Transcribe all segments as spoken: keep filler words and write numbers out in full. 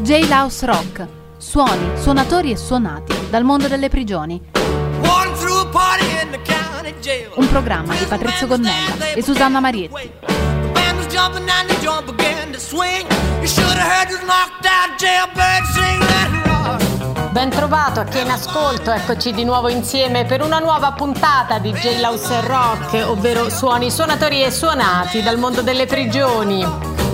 Jailhouse Rock. Suoni, suonatori e suonati dal mondo delle prigioni. Un programma di Patrizio Gonnella e Susanna Marietti. Ben trovato a chi è in ascolto, eccoci di nuovo insieme per una nuova puntata di Jailhouse Rock, ovvero suoni, suonatori e suonati dal mondo delle prigioni.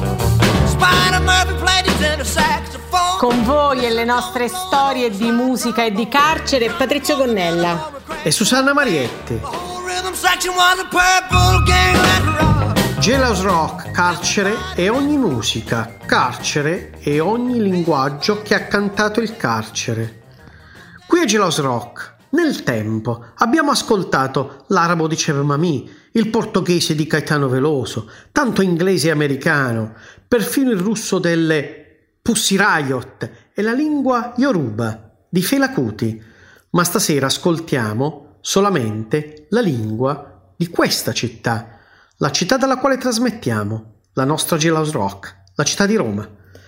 Con voi e le nostre storie di musica e di carcere, Patrizio Gonnella e Susanna Marietti. Jailhouse Rock, carcere e ogni musica, carcere e ogni linguaggio che ha cantato il carcere. Qui a Jailhouse Rock, nel tempo, abbiamo ascoltato l'arabo di Cheb Mami, il portoghese di Caetano Veloso, tanto inglese e americano, perfino il russo delle Pussy Riot e la lingua Yoruba di Fela Kuti. Ma stasera ascoltiamo solamente la lingua di questa città, la città dalla quale trasmettiamo la nostra Jailhouse Rock, la città di Roma.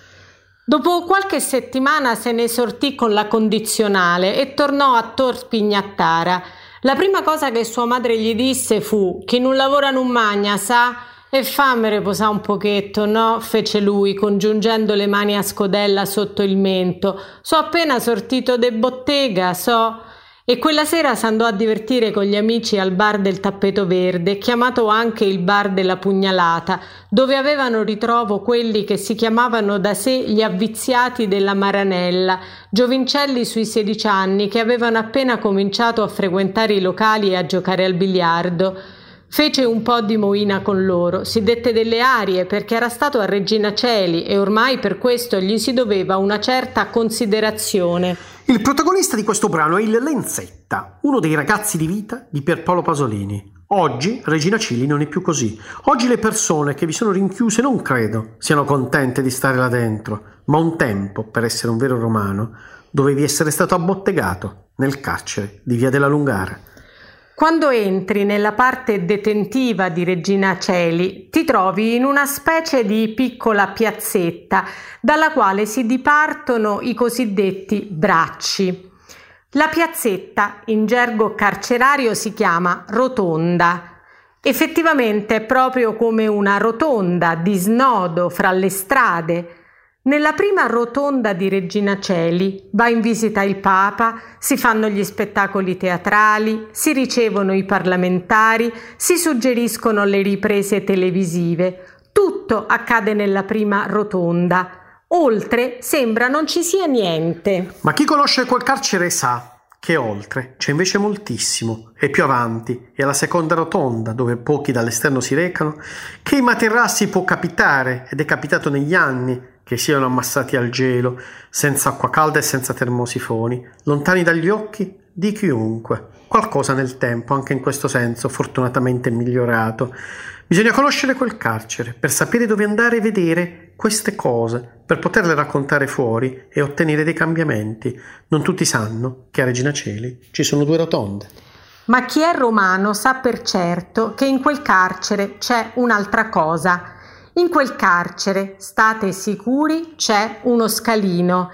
Dopo qualche settimana se ne sortì con la condizionale e tornò a Tor Pignattara. La prima cosa che sua madre gli disse fu: «Chi non lavora non magna, sa?» «E fammi riposare un pochetto, no?» fece lui, congiungendo le mani a scodella sotto il mento. «So appena sortito de bottega, so...» E quella sera s'andò a divertire con gli amici al bar del Tappeto Verde, chiamato anche il bar della Pugnalata, dove avevano ritrovo quelli che si chiamavano da sé gli avviziati della Maranella, giovincelli sui sedici anni che avevano appena cominciato a frequentare i locali e a giocare al biliardo. Fece un po' di moina con loro, si dette delle arie perché era stato a Regina Coeli e ormai per questo gli si doveva una certa considerazione. Il protagonista di questo brano è il Lenzetta, uno dei ragazzi di vita di Pierpaolo Pasolini. Oggi Regina Coeli non è più così. Oggi le persone che vi sono rinchiuse non credo siano contente di stare là dentro, ma un tempo, per essere un vero romano, dovevi essere stato abbottegato nel carcere di Via della Lungara. Quando entri nella parte detentiva di Regina Coeli ti trovi in una specie di piccola piazzetta dalla quale si dipartono i cosiddetti bracci. La piazzetta in gergo carcerario si chiama rotonda. Effettivamente è proprio come una rotonda di snodo fra le strade. Nella prima rotonda di Regina Coeli va in visita il Papa, si fanno gli spettacoli teatrali, si ricevono i parlamentari, si suggeriscono le riprese televisive. Tutto accade nella prima rotonda. Oltre sembra non ci sia niente. Ma chi conosce quel carcere sa che oltre c'è invece moltissimo, e più avanti è la seconda rotonda dove pochi dall'esterno si recano, che i materassi può capitare, ed è capitato negli anni, che siano ammassati al gelo, senza acqua calda e senza termosifoni, lontani dagli occhi di chiunque. Qualcosa nel tempo, anche in questo senso, fortunatamente è migliorato. Bisogna conoscere quel carcere per sapere dove andare e vedere queste cose, per poterle raccontare fuori e ottenere dei cambiamenti. Non tutti sanno che a Regina Coeli ci sono due rotonde. Ma chi è romano sa per certo che in quel carcere c'è un'altra cosa. In quel carcere, state sicuri, c'è uno scalino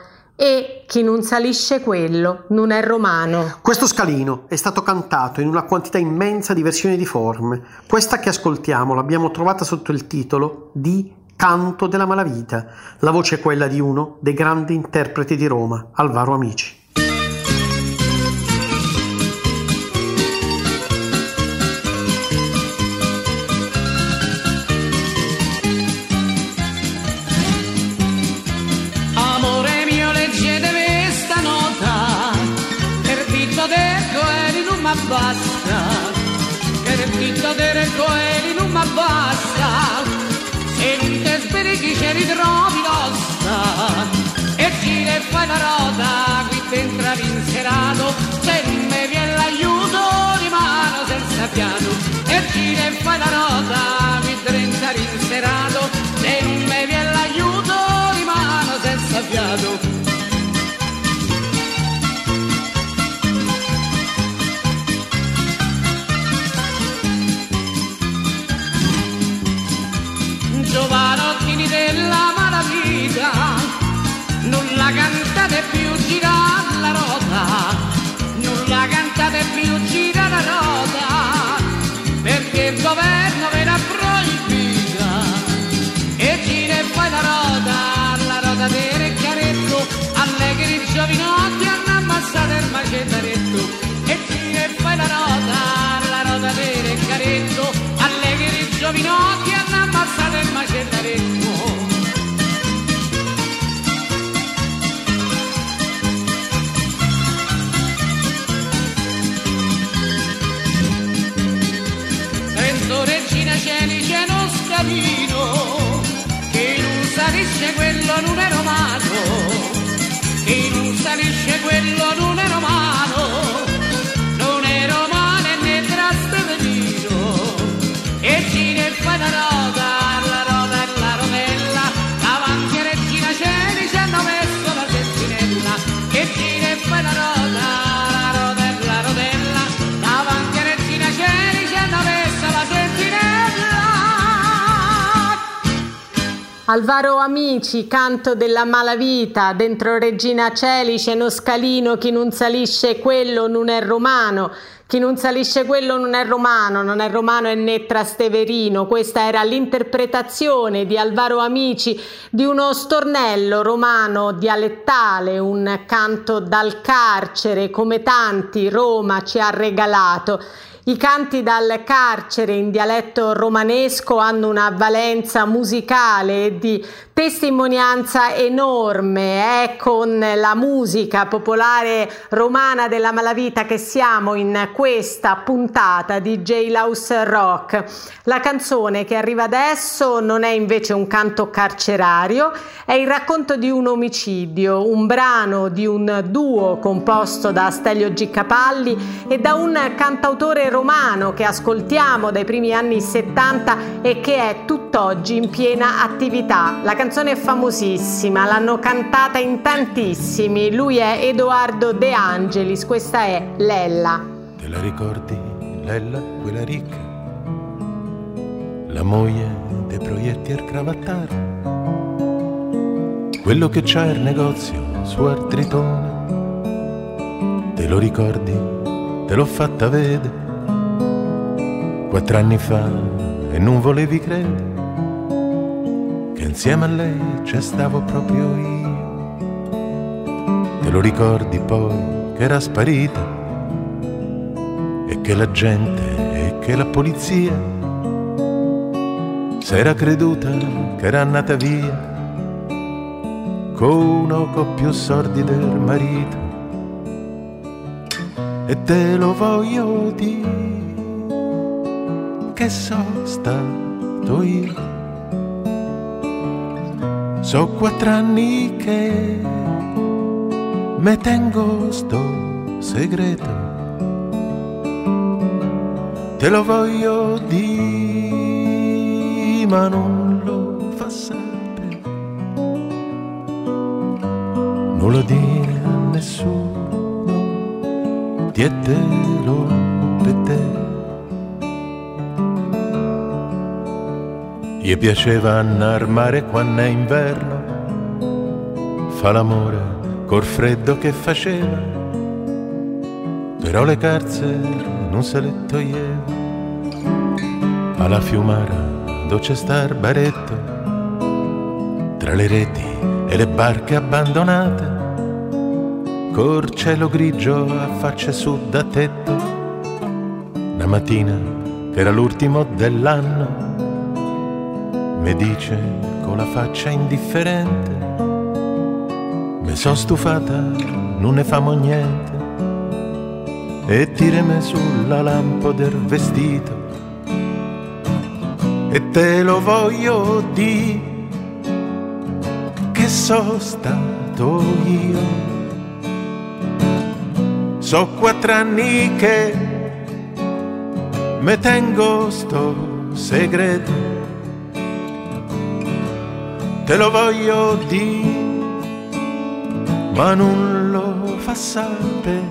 e chi non salisce quello non è romano. Questo scalino è stato cantato in una quantità immensa di versioni di forme. Questa che ascoltiamo l'abbiamo trovata sotto il titolo di Canto della Malavita. La voce è quella di uno dei grandi interpreti di Roma, Alvaro Amici. Basta, che il pizzo delle coeli non mi basta, se non te speri che ci ritrovi l'ossa, e gira e fai la rota, qui dentro inserato, se non mi viene l'aiuto rimano senza fiato, e gira e fai la rota, qui dentro inserato, se non mi viene l'aiuto rimano senza fiato. Giovanottini della malavita, non cassa del macellaretto. Penso Regina Celice non scalino, che non salisce quello non è romano, che non salisce quello non è romano, non è romano e né trasteverino, e gira e fa la roda, la roda e la rodella, davanti a Regina Celice hanno messo la sentinella, e gira e fa la roda, la roda e la rodella, davanti a Regina Celice hanno messo la sentinella. Alvaro Amici, canto della malavita, dentro Regina Celice, no scalino, chi non salisce quello non è romano, chi non salisce quello non è romano, non è romano e né trasteverino. Questa era l'interpretazione di Alvaro Amici di uno stornello romano dialettale, un canto dal carcere, come tanti Roma ci ha regalato. I canti dal carcere in dialetto romanesco hanno una valenza musicale e di testimonianza enorme. È con la musica popolare romana della malavita che siamo in questa puntata di Jailhouse Rock. La canzone che arriva adesso non è invece un canto carcerario, è il racconto di un omicidio, un brano di un duo composto da Stelio G. Capalli e da un cantautore romano che ascoltiamo dai primi anni settanta e che è tutt'oggi in piena attività. La canzone è famosissima, l'hanno cantata in tantissimi. Lui è Edoardo De Angelis, questa è Lella. Te la ricordi, Lella, quella ricca? La moglie dei proietti al cravattare? Quello che c'ha il negozio su Artritone? Te lo ricordi? Te l'ho fatta vedere quattro anni fa e non volevi credere che insieme a lei c'è stavo proprio io. Te lo ricordi poi che era sparita e che la gente e che la polizia s'era creduta che era andata via con uno con più soldi del marito. E te lo voglio dire che sono stato io. So quattro anni che me tengo sto segreto. Te lo voglio dire ma non lo fa sapere. Non lo dire a nessuno, dietelo per te. Gli piaceva andare al mare quando è inverno, fa l'amore col freddo che faceva, però le calze non se le toglieva. Alla Fiumara, dove c'è sta il baretto, tra le reti e le barche abbandonate, col cielo grigio a facce su da tetto. Una mattina, che era l'ultimo dell'anno, mi dice con la faccia indifferente: mi so stufata, non ne famo niente, e tirami sulla lampo del vestito. E te lo voglio dire che so stato io. So quattro anni che me tengo sto segreto. Te lo voglio dire ma non lo fa sapere.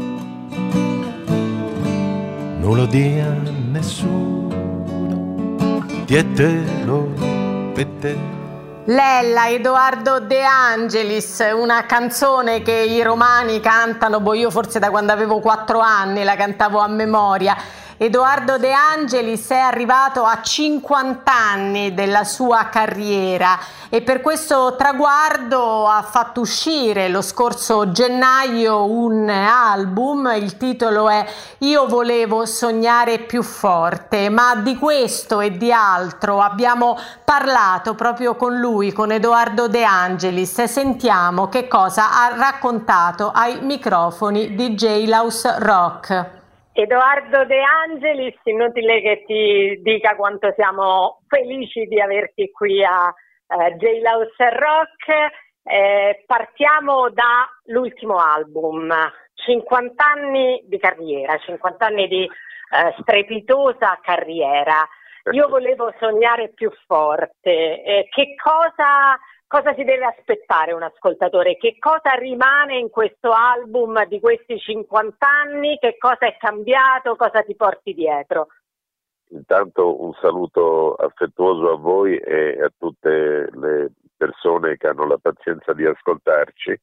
Non lo dia a nessuno, dietelo per te. Lella, Edoardo De Angelis, una canzone che i romani cantano, boh, io forse da quando avevo quattro anni la cantavo a memoria. Edoardo De Angelis è arrivato a cinquanta anni della sua carriera e per questo traguardo ha fatto uscire lo scorso gennaio un album. Il titolo è Io volevo sognare più forte, ma di questo e di altro abbiamo parlato proprio con lui, con Edoardo De Angelis. Sentiamo che cosa ha raccontato ai microfoni di Jailhouse Rock. Edoardo De Angelis, inutile che ti dica quanto siamo felici di averti qui a uh, Jailhouse Rock. Eh, partiamo dall'ultimo album, cinquanta anni di carriera, cinquanta anni di uh, strepitosa carriera. Io volevo sognare più forte. Eh, che cosa... Cosa si deve aspettare un ascoltatore? Che cosa rimane in questo album di questi cinquanta anni? Che cosa è cambiato? Cosa ti porti dietro? Intanto un saluto affettuoso a voi e a tutte le persone che hanno la pazienza di ascoltarci.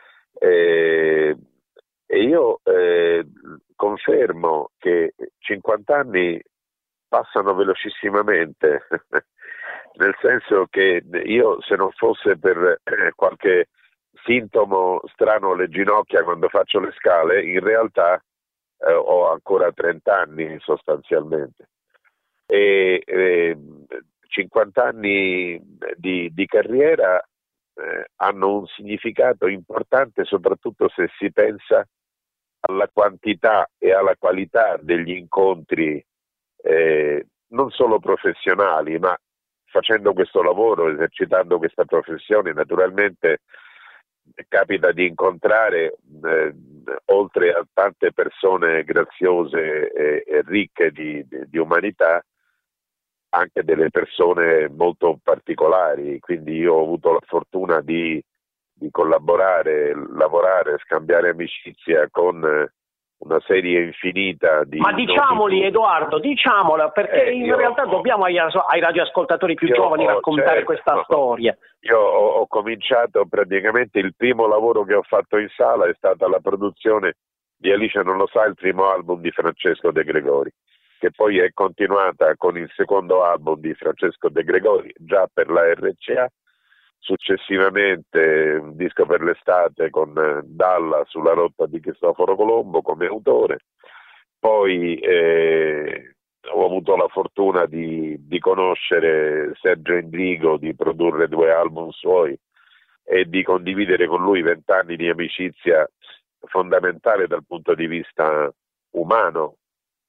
E, e io eh, confermo che cinquanta anni passano velocissimamente. Nel senso che io, se non fosse per eh, qualche sintomo strano alle ginocchia quando faccio le scale, in realtà eh, ho ancora trenta anni sostanzialmente. E eh, cinquanta anni di, di carriera eh, hanno un significato importante, soprattutto se si pensa alla quantità e alla qualità degli incontri, eh, non solo professionali, ma facendo questo lavoro, esercitando questa professione, naturalmente capita di incontrare, eh, oltre a tante persone graziose e, e ricche di, di, di umanità, anche delle persone molto particolari. Quindi io ho avuto la fortuna di, di collaborare, lavorare, scambiare amicizia con una serie infinita di... Ma diciamoli, nomi. Edoardo, diciamola, perché eh, in realtà ho, dobbiamo ai, ai radioascoltatori più giovani ho, raccontare certo, questa storia. Io ho, ho cominciato praticamente, il primo lavoro che ho fatto in sala è stata la produzione di Alice non lo sa, il primo album di Francesco De Gregori, che poi è continuata con il secondo album di Francesco De Gregori, già per la R C A. Successivamente un disco per l'estate con Dalla sulla rotta di Cristoforo Colombo come autore. Poi eh, ho avuto la fortuna di, di conoscere Sergio Endrigo, di produrre due album suoi e di condividere con lui vent'anni di amicizia fondamentale dal punto di vista umano.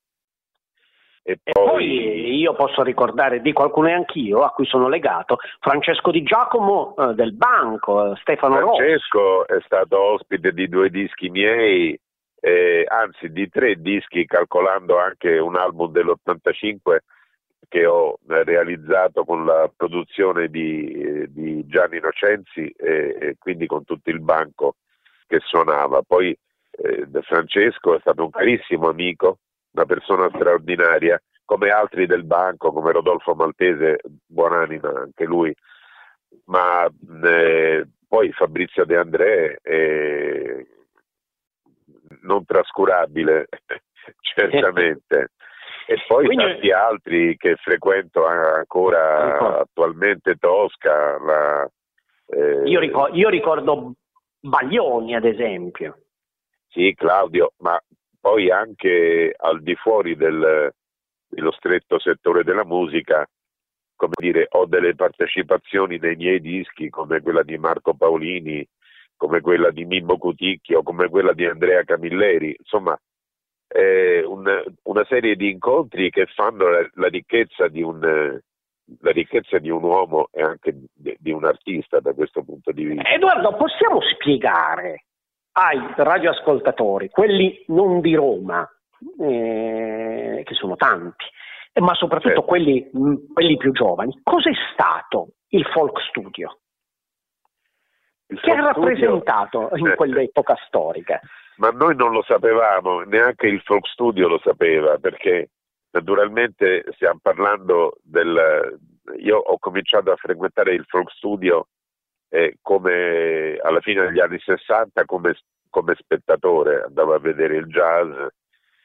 E poi... e poi io posso ricordare di qualcuno, e anch'io, a cui sono legato, Francesco Di Giacomo eh, del Banco, eh, Stefano Rossi. Francesco è stato ospite di due dischi miei, eh, anzi di tre dischi, calcolando anche un album dell'ottantacinque che ho realizzato con la produzione di, di Gianni Innocenzi e, e quindi con tutto il Banco che suonava. Poi eh, Francesco è stato un carissimo amico, una persona straordinaria, come altri del Banco, come Rodolfo Maltese, buonanima anche lui, ma eh, poi Fabrizio De André è non trascurabile, certamente. E poi Quindi... tanti altri che frequento ancora attualmente, Tosca. La, eh... io, ricordo, io ricordo Baglioni, ad esempio. Sì, Claudio, ma poi anche al di fuori del, dello stretto settore della musica, come dire, ho delle partecipazioni nei miei dischi, come quella di Marco Paolini, come quella di Mimmo Cuticchio, come quella di Andrea Camilleri, insomma eh, un, una serie di incontri che fanno la, la ricchezza di un la ricchezza di un uomo e anche di, di un artista da questo punto di vista. Edoardo, possiamo spiegare ai radioascoltatori, quelli non di Roma, eh, che sono tanti, ma soprattutto certo. quelli, mh, quelli più giovani, cos'è stato il Folk Studio? Il che ha rappresentato studio, in quell'epoca storica? Ma noi non lo sapevamo, neanche il Folk Studio lo sapeva, perché naturalmente stiamo parlando del... Io ho cominciato a frequentare il Folk Studio eh, come alla fine degli anni sessanta come, come spettatore, andavo a vedere il jazz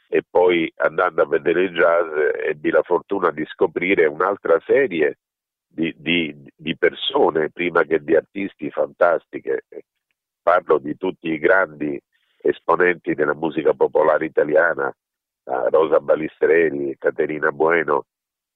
e poi andando a vedere il jazz ebbi la fortuna di scoprire un'altra serie di, di, di persone, prima che di artisti fantastiche. Parlo di tutti i grandi esponenti della musica popolare italiana, Rosa Balistreri, Caterina Bueno,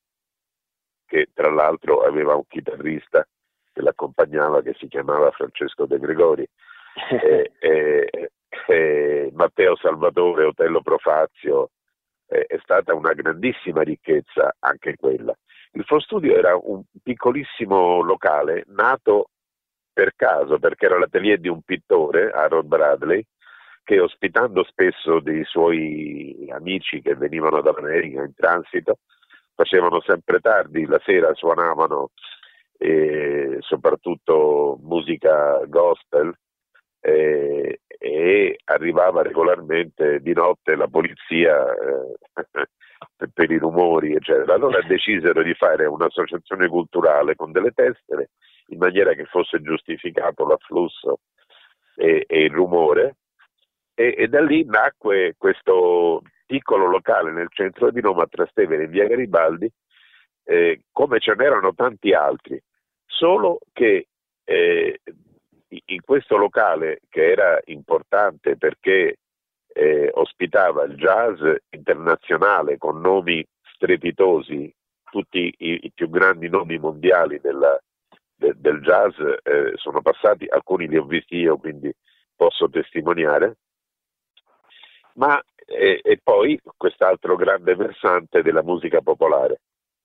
che tra l'altro aveva un chitarrista che l'accompagnava che si chiamava Francesco De Gregori, e, e, e Matteo Salvatore, Otello Profazio. E, è stata una grandissima ricchezza anche quella. Il Fo Studio era un piccolissimo locale nato per caso, perché era l'atelier di un pittore, Harold Bradley, che ospitando spesso dei suoi amici che venivano dall'America in transito, facevano sempre tardi, la sera suonavano eh, soprattutto musica gospel, eh, e arrivava regolarmente di notte la polizia eh, per i rumori, eccetera. Allora decisero di fare un'associazione culturale con delle tessere in maniera che fosse giustificato l'afflusso e, e il rumore, e, e da lì nacque questo piccolo locale nel centro di Roma, a Trastevere, in via Garibaldi, eh, come ce n'erano tanti altri, solo che eh, in questo locale, che era importante perché eh, ospitava il jazz internazionale con nomi strepitosi, tutti i, i più grandi nomi mondiali della, de, del jazz eh, sono passati, alcuni li ho visti io, quindi posso testimoniare, ma e, e poi quest'altro grande versante della musica popolare.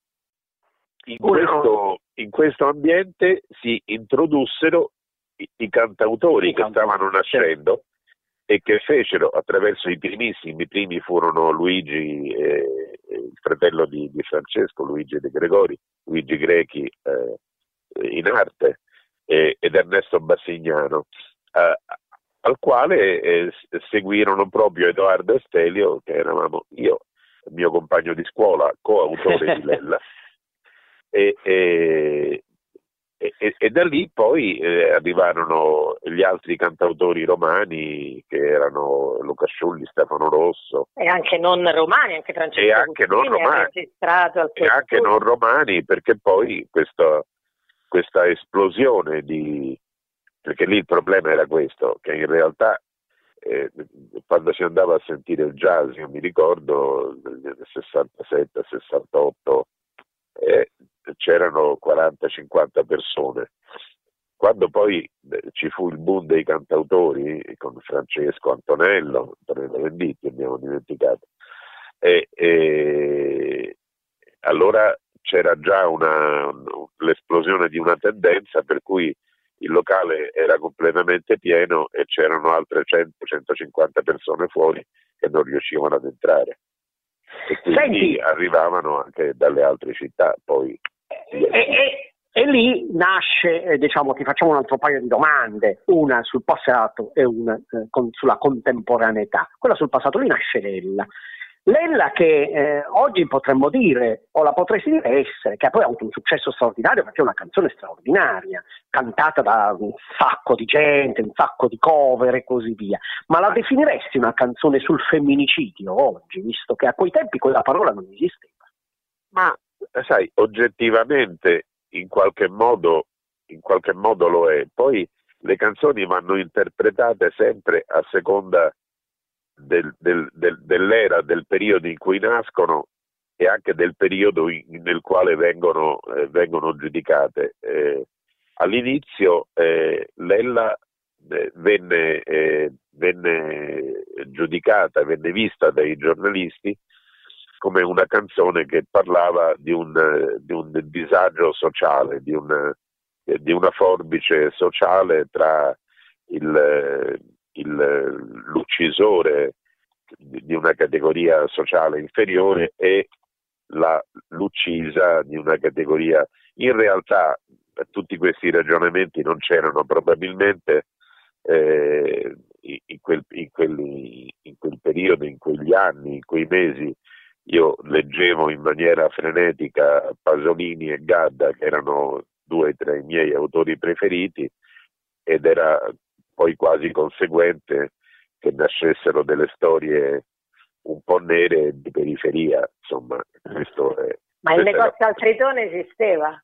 In questo, in questo ambiente si introdussero i, i cantautori I che cantautori. stavano nascendo e che fecero attraverso i primissimi, i primi furono Luigi, eh, il fratello di, di Francesco, Luigi De Gregori, Luigi Grechi eh, in arte, eh, ed Ernesto Bassignano, eh, al quale eh, seguirono proprio Edoardo e Stelio, che eravamo io, il mio compagno di scuola, coautore di Lella, e, e, e, e da lì poi eh, arrivarono gli altri cantautori romani, che erano Luca Sciulli, Stefano Rosso. E anche non romani, anche Francesco E anche non romani, e anche non romani, perché poi questa, questa esplosione di... perché lì il problema era questo, che in realtà eh, quando si andava a sentire il jazz, io mi ricordo nel sessantasette sessantotto, eh, c'erano quaranta cinquanta persone. Quando poi eh, ci fu il boom dei cantautori, con Francesco Antonello, Antonello Venditti, abbiamo dimenticato, e, e allora c'era già una, l'esplosione di una tendenza per cui il locale era completamente pieno e c'erano altre cento centocinquanta persone fuori che non riuscivano ad entrare, e quindi Senti, arrivavano anche dalle altre città. Poi e, e, e lì nasce, eh, diciamo, ti facciamo un altro paio di domande, una sul passato e una eh, con, sulla contemporaneità. Quella sul passato, lì nasce Lella. Lella che eh, oggi potremmo dire, o la potresti dire essere, che ha poi avuto un successo straordinario perché è una canzone straordinaria, cantata da un sacco di gente, un sacco di cover e così via, ma la definiresti una canzone sul femminicidio oggi, visto che a quei tempi quella parola non esisteva? Ma sai, oggettivamente in qualche modo, in qualche modo lo è. Poi le canzoni vanno interpretate sempre a seconda Del, del, del, dell'era, del periodo in cui nascono e anche del periodo in, nel quale vengono, eh, vengono giudicate. Eh, all'inizio eh, Lella eh, venne, eh, venne giudicata, venne vista dai giornalisti come una canzone che parlava di un, di un disagio sociale, di, un, di una forbice sociale tra il Il, l'uccisore di una categoria sociale inferiore e la, l'uccisa di una categoria. In realtà tutti questi ragionamenti non c'erano, probabilmente eh, in, quel, in, quelli, in quel periodo, in quegli anni, in quei mesi, io leggevo in maniera frenetica Pasolini e Gadda, che erano due tra i miei autori preferiti, ed era poi quasi conseguente che nascessero delle storie un po' nere di periferia, insomma, questo è. Ma il negozio al Tritone esisteva?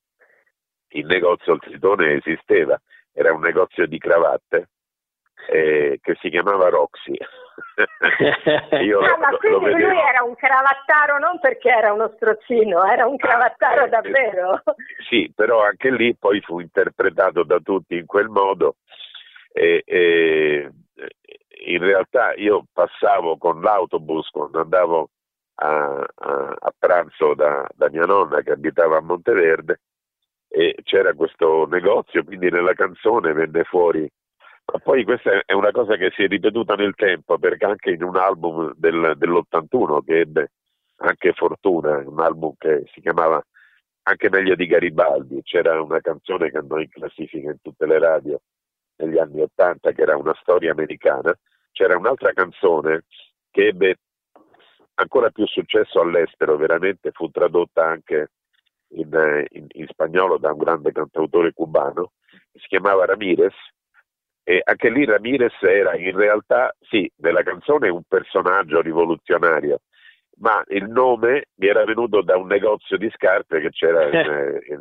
Il negozio al Tritone esisteva, era un negozio di cravatte eh, che si chiamava Roxy. Io ah, lo, ma lo, quindi lo lui era un cravattaro non perché era uno strozzino, era un cravattaro eh, davvero. Sì, però anche lì poi fu interpretato da tutti in quel modo e, e in realtà io passavo con l'autobus quando andavo a, a, a pranzo da, da mia nonna che abitava a Monteverde e c'era questo negozio, quindi nella canzone venne fuori. Ma poi questa è una cosa che si è ripetuta nel tempo, perché anche in un album del, dell'ottantuno che ebbe anche fortuna, un album che si chiamava Anche meglio di Garibaldi, c'era una canzone che andò in classifica in tutte le radio negli anni ottanta, che era una storia americana. C'era un'altra canzone che ebbe ancora più successo all'estero, veramente fu tradotta anche in, in, in spagnolo da un grande cantautore cubano, che si chiamava Ramírez. E anche lì Ramírez era in realtà, sì, nella canzone un personaggio rivoluzionario, ma il nome mi era venuto da un negozio di scarpe che c'era in, in,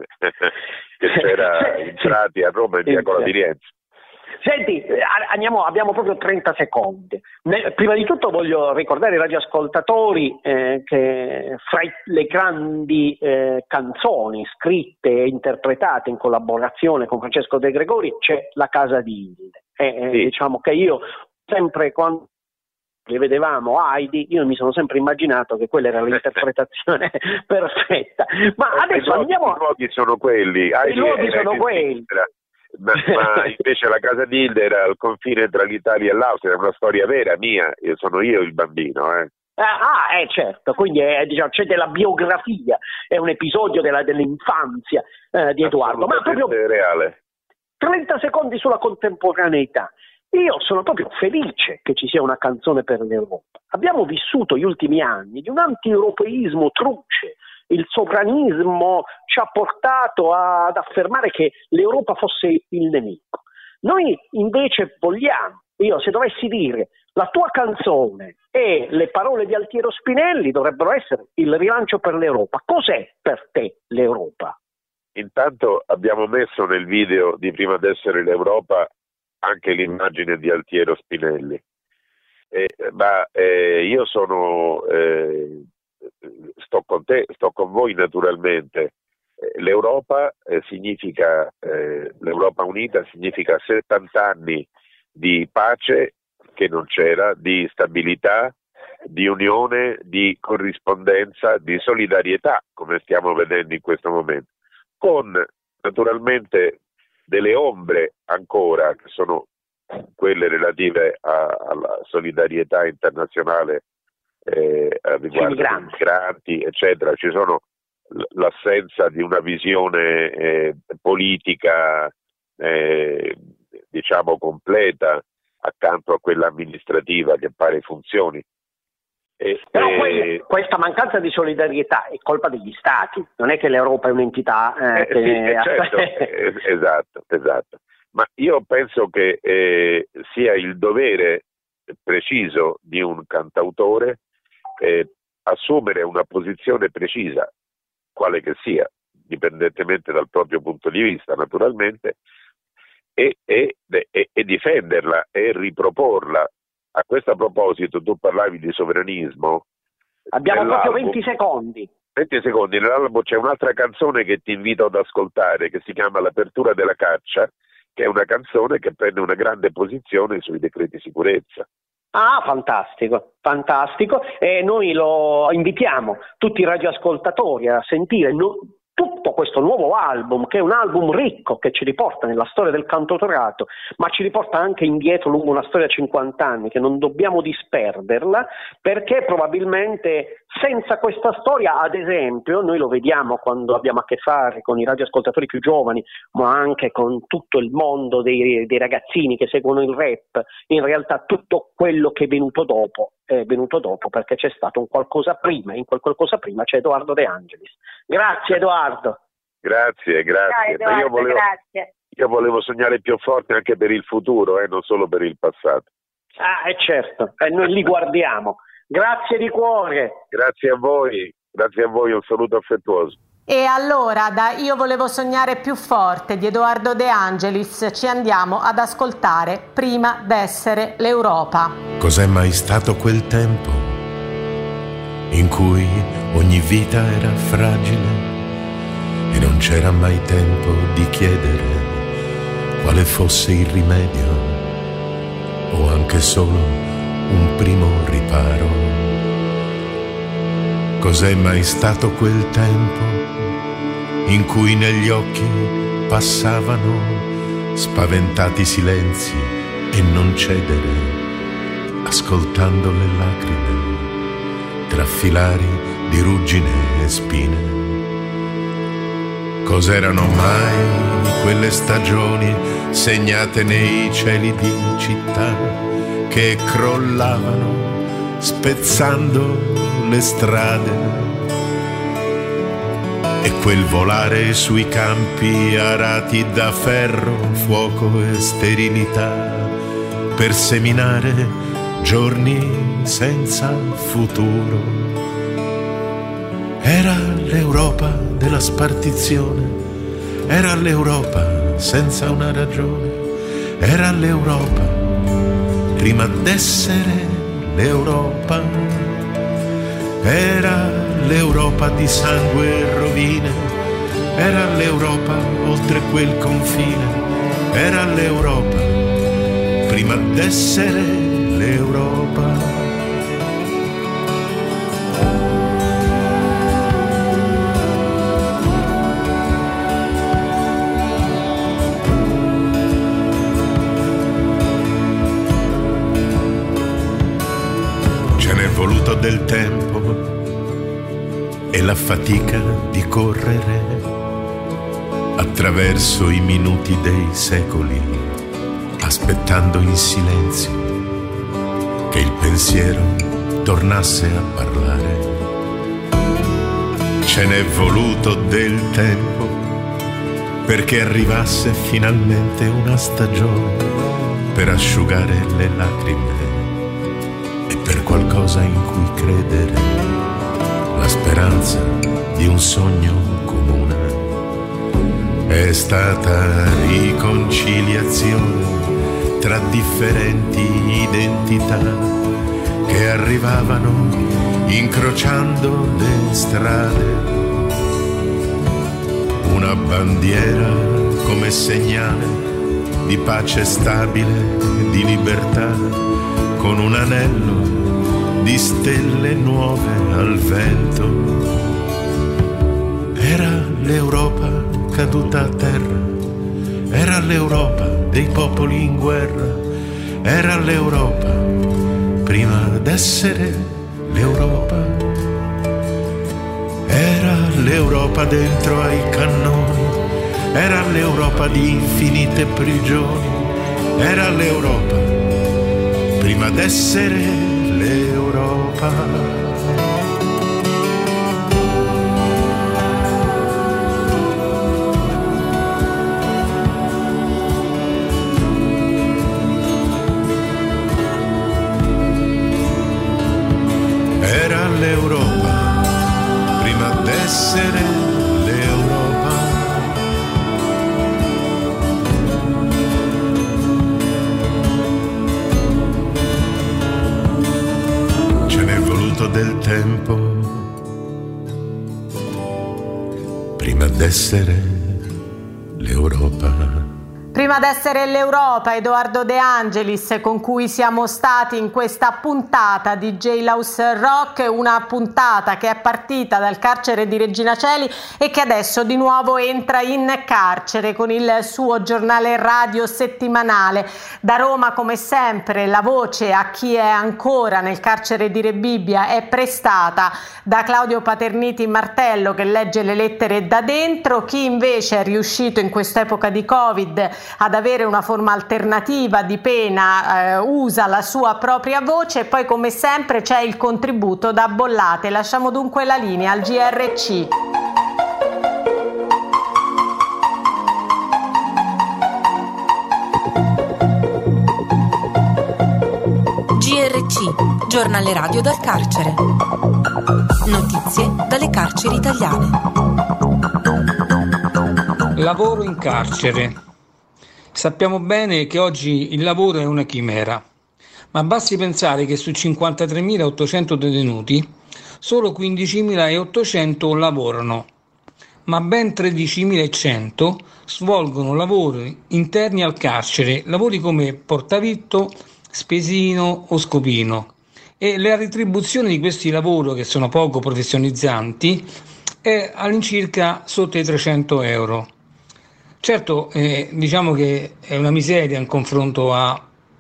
che c'era in Prati a Roma in via Cola di Rienzo. Senti, andiamo, abbiamo proprio trenta secondi. Prima di tutto voglio ricordare ai radioascoltatori eh, che fra le grandi eh, canzoni scritte e interpretate in collaborazione con Francesco De Gregori c'è La Casa di Hilde. Eh, sì. Diciamo che io sempre quando le vedevamo Heidi, io mi sono sempre immaginato che quella era l'interpretazione perfetta. Ma eh, adesso i luoghi, andiamo. I luoghi sono quelli. Heidi I luoghi è, sono è quelli. Ma, ma invece La Casa di Hilde era al confine tra l'Italia e l'Austria, è una storia vera mia, io sono io il bambino. Eh. Ah, eh, certo, quindi è, diciamo, c'è della biografia, è un episodio della, dell'infanzia eh, di Edoardo. Ma proprio reale. trenta secondi sulla contemporaneità. Io sono proprio felice che ci sia una canzone per l'Europa. Abbiamo vissuto gli ultimi anni di un anti-europeismo truce. Il sovranismo ci ha portato a, ad affermare che l'Europa fosse il nemico. Noi invece vogliamo, io se dovessi dire la tua canzone e le parole di Altiero Spinelli dovrebbero essere il rilancio per l'Europa. Cos'è per te l'Europa? Intanto abbiamo messo nel video di Prima d'essere l'Europa anche l'immagine di Altiero Spinelli. Eh, ma eh, io sono... Eh, sto con te, sto con voi naturalmente. Eh, L'Europa eh, significa, eh, l'Europa unita significa settanta anni di pace che non c'era, di stabilità, di unione, di corrispondenza, di solidarietà, come stiamo vedendo in questo momento, con naturalmente delle ombre ancora, che sono quelle relative a, alla solidarietà internazionale eh, riguardo ai migranti, eccetera. Ci sono l'assenza di una visione eh, politica eh, diciamo completa accanto a quella amministrativa che pare funzioni. E, Però e... poi questa mancanza di solidarietà è colpa degli stati, non è che l'Europa è un'entità eh, eh, che... sì, eh, certo, eh, esatto, esatto. Ma io penso che eh, sia il dovere preciso di un cantautore eh, assumere una posizione precisa, quale che sia, indipendentemente dal proprio punto di vista naturalmente, e, e, e, e difenderla e riproporla. A questo proposito tu parlavi di sovranismo. Abbiamo proprio venti secondi. venti secondi, nell'album c'è un'altra canzone che ti invito ad ascoltare che si chiama L'apertura della caccia, che è una canzone che prende una grande posizione sui decreti sicurezza. Ah, fantastico, fantastico. E noi lo invitiamo tutti i radioascoltatori a sentire no, tutto questo nuovo album, che è un album ricco, che ci riporta nella storia del cantautorato, ma ci riporta anche indietro lungo una storia a cinquanta anni, che non dobbiamo disperderla, perché probabilmente senza questa storia, ad esempio, noi lo vediamo quando abbiamo a che fare con i radioascoltatori più giovani, ma anche con tutto il mondo dei, dei ragazzini che seguono il rap, in realtà tutto quello che è venuto dopo è venuto dopo perché c'è stato un qualcosa prima, e in quel qualcosa prima c'è Edoardo De Angelis. Grazie Edoardo. Grazie, grazie. Ciao, Edoardo, io, volevo, grazie. io volevo sognare più forte anche per il futuro, eh, non solo per il passato. Ah, è certo, e noi li guardiamo. Grazie di cuore. Grazie a voi, grazie a voi, un saluto affettuoso. E allora, da Io volevo sognare più forte di Edoardo De Angelis, ci andiamo ad ascoltare Prima d'essere l'Europa. Cos'è mai stato quel tempo in cui ogni vita era fragile e non c'era mai tempo di chiedere quale fosse il rimedio o anche solo un primo riparo? Cos'è mai stato quel tempo in cui negli occhi passavano spaventati silenzi e non cedere, ascoltando le lacrime tra filari di ruggine e spine? Cos'erano mai quelle stagioni segnate nei cieli di città che crollavano spezzando le strade? E quel volare sui campi arati da ferro, fuoco e sterilità per seminare giorni senza futuro. Era l'Europa della spartizione, era l'Europa senza una ragione, era l'Europa prima d'essere l'Europa, era l'Europa di sangue e rovine, era l'Europa oltre quel confine, era l'Europa prima d'essere l'Europa. Ce n'è voluto del tempo e la fatica di correre attraverso i minuti dei secoli, aspettando in silenzio che il pensiero tornasse a parlare. Ce n'è voluto del tempo perché arrivasse finalmente una stagione per asciugare le lacrime e per qualcosa in cui credere, la speranza di un sogno comune. È stata riconciliazione tra differenti identità che arrivavano incrociando le strade. Una bandiera come segnale di pace stabile, di libertà, con un anello di stelle nuove al vento. Era l'Europa caduta a terra, era l'Europa dei popoli in guerra, era l'Europa prima d'essere l'Europa, era l'Europa dentro ai cannoni, era l'Europa di infinite prigioni, era l'Europa prima d'essere l'Europa. Era l'Europa prima d'essere l'Europa. Ce n'è voluto del tempo prima d'essere l'Europa. Prima d'essere l'Europa, Edoardo De Angelis, con cui siamo stati in questa puntata di Jailhouse Rock, una puntata che è partita dal carcere di Regina Coeli e che adesso di nuovo entra in carcere con il suo giornale radio settimanale. Da Roma, come sempre, la voce a chi è ancora nel carcere di Rebibbia è prestata da Claudio Paterniti Martello, che legge le lettere da dentro. Chi invece è riuscito in quest'epoca di Covid ad avere una forma alternativa di pena eh, usa la sua propria voce. E poi, come sempre, c'è il contributo da Bollate. Lasciamo dunque la linea al G R C. G R C, T, giornale radio dal carcere. Notizie dalle carceri italiane. Lavoro in carcere. Sappiamo bene che oggi il lavoro è una chimera, ma basti pensare che su cinquantatremilaottocento detenuti solo quindicimilaottocento lavorano, ma ben tredicimilacento svolgono lavori interni al carcere, lavori come portavitto, spesino o scopino, e la retribuzione di questi lavori, che sono poco professionalizzanti, è all'incirca sotto i trecento euro. Certo, eh, diciamo che è una miseria in confronto a,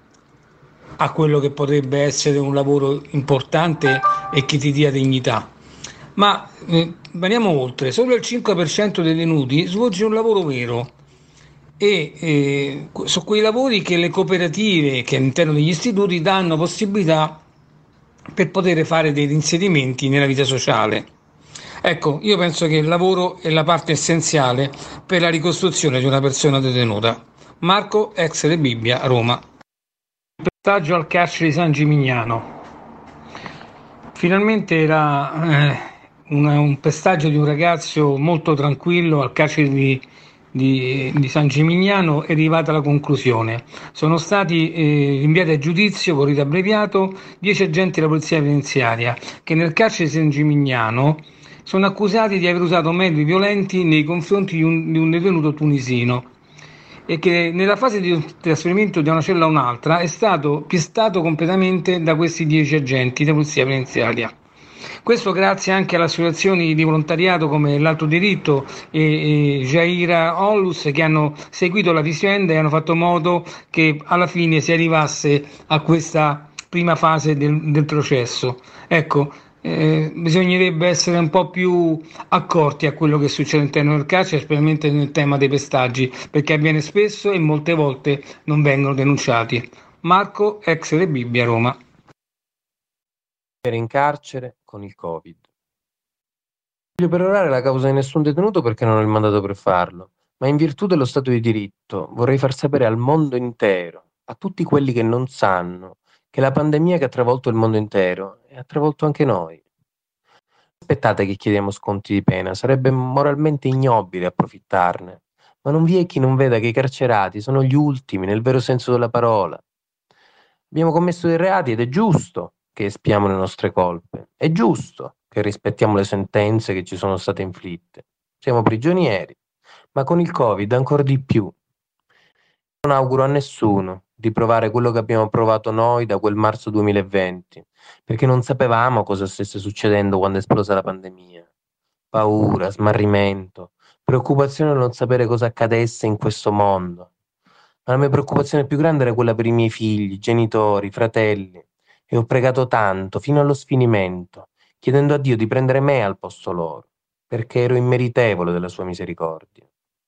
a quello che potrebbe essere un lavoro importante e che ti dia dignità. Ma eh, andiamo oltre, solo il cinque per cento dei detenuti svolge un lavoro vero e eh, su quei lavori che le cooperative che all'interno degli istituti danno possibilità per poter fare dei inserimenti nella vita sociale. Ecco, io penso che il lavoro è la parte essenziale per la ricostruzione di una persona detenuta. Marco, ex Re Bibbia, Roma. Il pestaggio al carcere di San Gimignano. Finalmente era eh, una, un pestaggio di un ragazzo molto tranquillo al carcere di, di, di San Gimignano è arrivata alla conclusione. Sono stati eh, rinviati a giudizio con rito abbreviato dieci agenti della polizia penitenziaria che nel carcere di San Gimignano sono accusati di aver usato metodi violenti nei confronti di un, di un detenuto tunisino e che nella fase di trasferimento da una cella a un'altra è stato piestato completamente da questi dieci agenti della polizia penitenziaria. Questo grazie anche alle associazioni di volontariato come l'Alto Diritto e, e Jaira Onlus, che hanno seguito la vicenda e hanno fatto modo che alla fine si arrivasse a questa prima fase del, del processo. Ecco, Eh, bisognerebbe essere un po' più accorti a quello che succede all'interno del carcere, specialmente nel tema dei pestaggi, perché avviene spesso e molte volte non vengono denunciati. Marco, ex Re Bibbia, Roma. Era in carcere con il Covid. Voglio perorare la causa di nessun detenuto perché non ho il mandato per farlo, ma in virtù dello Stato di diritto vorrei far sapere al mondo intero, a tutti quelli che non sanno, che la pandemia che ha travolto il mondo intero e ha travolto anche noi. Aspettate che chiediamo sconti di pena, sarebbe moralmente ignobile approfittarne, ma non vi è chi non veda che i carcerati sono gli ultimi nel vero senso della parola. Abbiamo commesso dei reati ed è giusto che espiamo le nostre colpe, è giusto che rispettiamo le sentenze che ci sono state inflitte. Siamo prigionieri, ma con il Covid ancora di più. Non auguro a nessuno di provare quello che abbiamo provato noi da quel marzo duemilaventi, perché non sapevamo cosa stesse succedendo quando è esplosa la pandemia. Paura, smarrimento, preoccupazione di non sapere cosa accadesse in questo mondo. Ma la mia preoccupazione più grande era quella per i miei figli, genitori, fratelli, e ho pregato tanto, fino allo sfinimento, chiedendo a Dio di prendere me al posto loro, perché ero immeritevole della sua misericordia.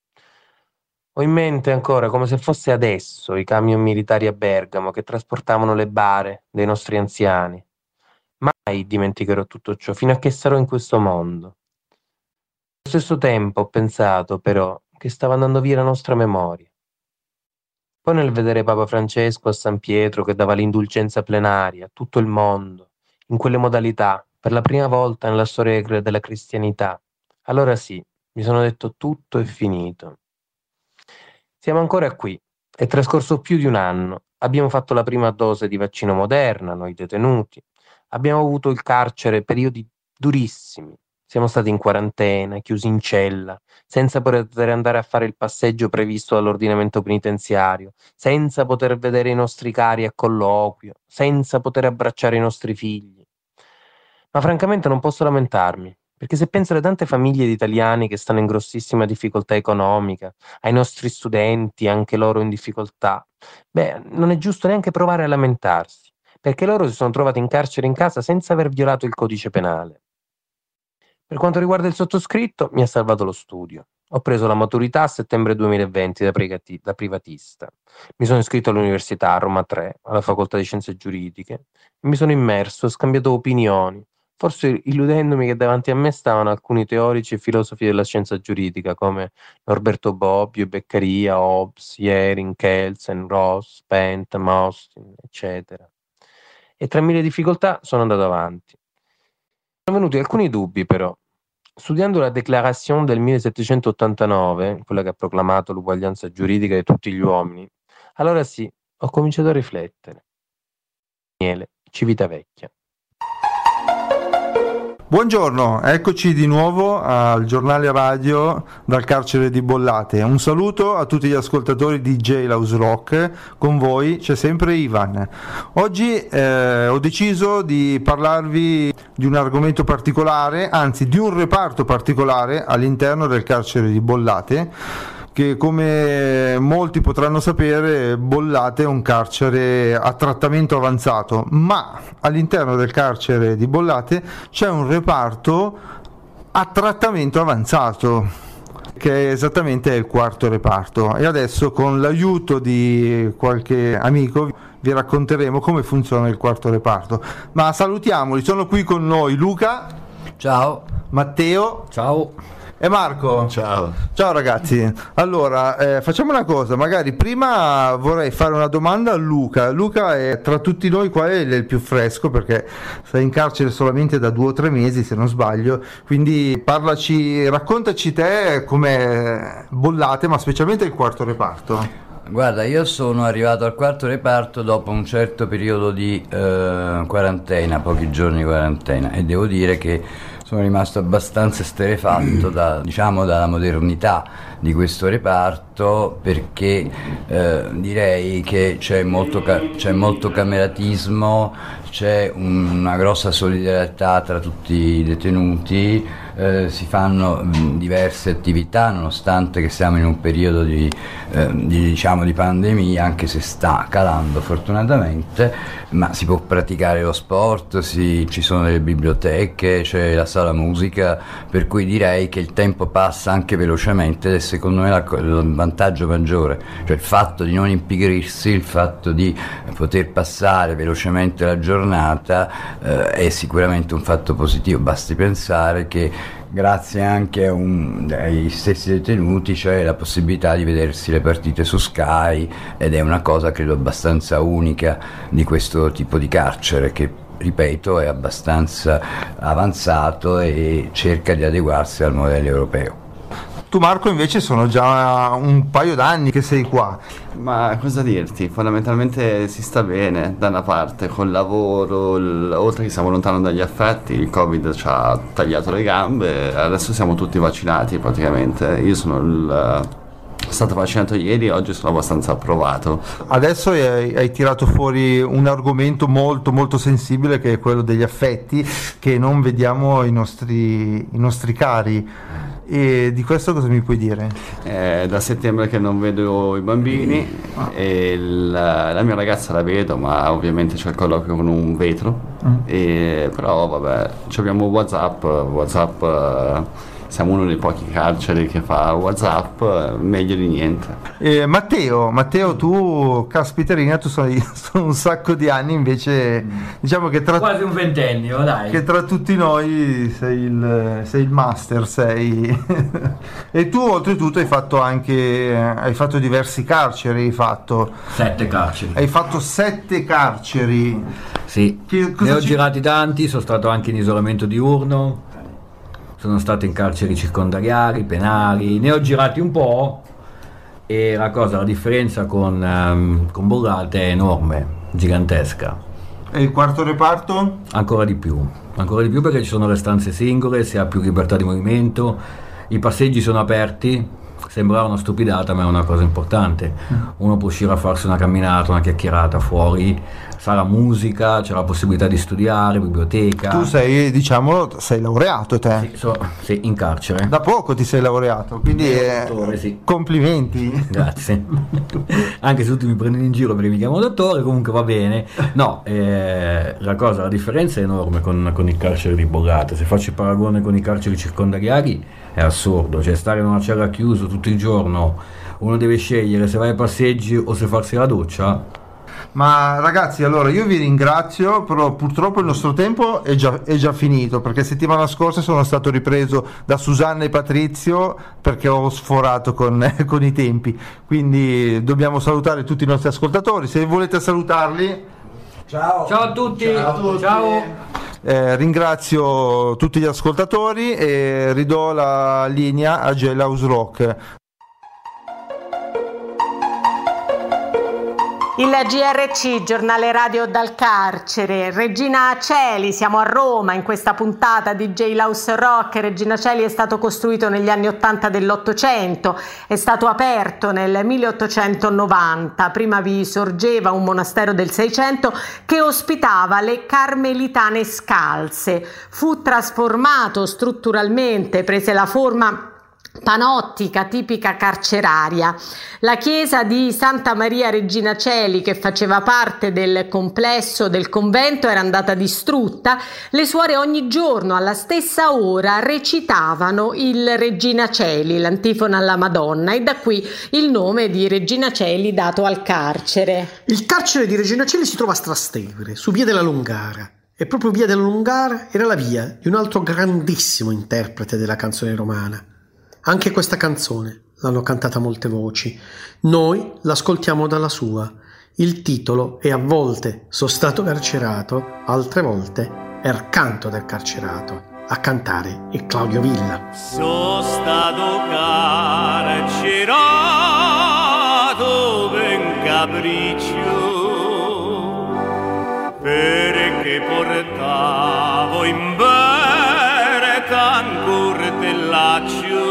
Ho in mente ancora, come se fosse adesso, i camion militari a Bergamo che trasportavano le bare dei nostri anziani. Mai dimenticherò tutto ciò, fino a che sarò in questo mondo. Allo stesso tempo ho pensato, però, che stava andando via la nostra memoria. Poi nel vedere Papa Francesco a San Pietro che dava l'indulgenza plenaria a tutto il mondo, in quelle modalità, per la prima volta nella storia della cristianità, allora sì, mi sono detto tutto è finito. Siamo ancora qui, è trascorso più di un anno, abbiamo fatto la prima dose di vaccino Moderna, noi detenuti, abbiamo avuto il carcere periodi durissimi, siamo stati in quarantena, chiusi in cella, senza poter andare a fare il passeggio previsto dall'ordinamento penitenziario, senza poter vedere i nostri cari a colloquio, senza poter abbracciare i nostri figli. Ma francamente non posso lamentarmi. Perché se penso alle tante famiglie di italiani che stanno in grossissima difficoltà economica, ai nostri studenti, anche loro in difficoltà, beh, non è giusto neanche provare a lamentarsi, perché loro si sono trovati in carcere in casa senza aver violato il codice penale. Per quanto riguarda il sottoscritto, mi ha salvato lo studio. Ho preso la maturità a settembre duemilaventi da, privati- da privatista. Mi sono iscritto all'università a Roma tre, alla facoltà di scienze giuridiche, e mi sono immerso e scambiato opinioni, forse illudendomi che davanti a me stavano alcuni teorici e filosofi della scienza giuridica come Norberto Bobbio, Beccaria, Hobbes, Jering, Kelsen, Ross, Bentham, Austin, eccetera. e tra mille difficoltà sono andato avanti. Sono venuti alcuni dubbi però. Studiando la Déclaration del millesettecentottantanove, quella che ha proclamato l'uguaglianza giuridica di tutti gli uomini, allora sì, ho cominciato a riflettere. Daniele, Civitavecchia. Buongiorno, eccoci di nuovo al giornale radio dal carcere di Bollate. Un saluto a tutti gli ascoltatori di Jailhouse Rock, con voi c'è sempre Ivan. Oggi eh, ho deciso di parlarvi di un argomento particolare, anzi di un reparto particolare all'interno del carcere di Bollate, che come molti potranno sapere Bollate è un carcere a trattamento avanzato, ma all'interno del carcere di Bollate c'è un reparto a trattamento avanzato, che è esattamente il quarto reparto, e adesso con l'aiuto di qualche amico vi racconteremo come funziona il quarto reparto. Ma salutiamoli, sono qui con noi Luca. Ciao. Matteo. Ciao. E Marco. Ciao. Ciao ragazzi. Allora, eh, facciamo una cosa, magari prima vorrei fare una domanda a Luca. Luca è tra tutti noi qual è il più fresco, perché sei in carcere solamente da due o tre mesi se non sbaglio, quindi parlaci, raccontaci te come Bollate, ma specialmente il quarto reparto. Guarda, io sono arrivato al quarto reparto dopo un certo periodo di eh, quarantena, pochi giorni di quarantena, e devo dire che sono rimasto abbastanza esterrefatto da, diciamo, dalla modernità di questo reparto, perché eh, direi che c'è molto, ca- c'è molto cameratismo, c'è un, una grossa solidarietà tra tutti i detenuti, eh, si fanno mh, diverse attività nonostante che siamo in un periodo di, eh, di, diciamo, di pandemia, anche se sta calando fortunatamente, ma si può praticare lo sport, si, ci sono delle biblioteche, c'è la sala musica, per cui direi che il tempo passa anche velocemente, ed è secondo me la, il vantaggio maggiore, cioè il fatto di non impigrirsi, il fatto di poter passare velocemente la giornata eh, è sicuramente un fatto positivo. Basti pensare che grazie anche a un, ai stessi detenuti c'è la possibilità di vedersi le partite su Sky, ed è una cosa credo abbastanza unica di questo tipo di carcere, che ripeto è abbastanza avanzato e cerca di adeguarsi al modello europeo. Tu Marco invece sono già un paio d'anni che sei qua. Ma cosa dirti, fondamentalmente si sta bene da una parte col lavoro, il, oltre che siamo lontano dagli affetti, il Covid ci ha tagliato le gambe, adesso siamo tutti vaccinati praticamente. Io sono il stato vaccinato ieri e oggi sono abbastanza approvato. Adesso hai, hai tirato fuori un argomento molto molto sensibile, che è quello degli affetti, che non vediamo i nostri, i nostri cari. E di questo cosa mi puoi dire? È da settembre che non vedo i bambini ah. e la, la mia ragazza la vedo, ma ovviamente c'è il colloquio con un vetro, mm. e, però vabbè, abbiamo WhatsApp, WhatsApp siamo uno dei pochi carceri che fa WhatsApp, meglio di niente. Eh, Matteo, Matteo, tu caspiterina, tu sei sono un sacco di anni, invece mm. diciamo che tra quasi un ventennio, dai. Che tra tutti noi sei il, sei il master, sei. E tu oltretutto hai fatto anche hai fatto diversi carceri, hai fatto sette carceri. Hai fatto sette carceri. Sì. Che, ne ho ci... girati tanti, sono stato anche in isolamento diurno. Sono stato in carceri circondariali, penali, ne ho girati un po', e la cosa, la differenza con, um, con Bollate è enorme, gigantesca. E il quarto reparto? Ancora di più, ancora di più perché ci sono le stanze singole, si ha più libertà di movimento, i passeggi sono aperti, sembra una stupidata ma è una cosa importante. Uno può uscire a farsi una camminata, una chiacchierata fuori, sala musica, c'è la possibilità di studiare, biblioteca. Tu sei, diciamo, sei laureato te? Sì, so, sì, in carcere. Da poco ti sei laureato, quindi eh, dottore, sì. Complimenti. Grazie. Anche se tutti mi prendono in giro perché mi chiamo dottore, comunque va bene. No, eh, la cosa, la differenza è enorme con, con il carcere di Bollate. Se faccio il paragone con i carceri circondariali è assurdo, cioè stare in una cella chiuso tutto il giorno, uno deve scegliere se vai ai passeggi o se farsi la doccia. Ma ragazzi, allora io vi ringrazio, però purtroppo il nostro tempo è già, è già finito, perché settimana scorsa sono stato ripreso da Susanna e Patrizio perché ho sforato con, con i tempi, quindi dobbiamo salutare tutti i nostri ascoltatori. Se volete salutarli. Ciao, ciao a tutti. Ciao a tutti. Ciao. Eh, ringrazio tutti gli ascoltatori e ridò la linea a Jailhouse Rock. Il G R C, giornale radio dal carcere. Regina Coeli, siamo a Roma in questa puntata di Jailhouse Rock. Regina Coeli è stato costruito negli anni ottanta dell'Ottocento, è stato aperto nel milleottocentonovanta. Prima vi sorgeva un monastero del Seicento che ospitava le Carmelitane Scalze. Fu trasformato strutturalmente, prese la forma panottica tipica carceraria. La chiesa di Santa Maria Regina Coeli, che faceva parte del complesso del convento, era andata distrutta. Le suore ogni giorno alla stessa ora recitavano il Regina Coeli, l'antifona alla Madonna, e da qui il nome di Regina Coeli dato al carcere. Il carcere di Regina Coeli si trova a Trastevere, su Via della Lungara. E proprio Via della Lungara era la via di un altro grandissimo interprete della canzone romana. Anche questa canzone l'hanno cantata molte voci. Noi l'ascoltiamo dalla sua. Il titolo è A volte sono stato carcerato, altre volte er canto del carcerato. A cantare è Claudio Villa. Sono stato carcerato per capriccio, perché portavo in berta un cortellaccio.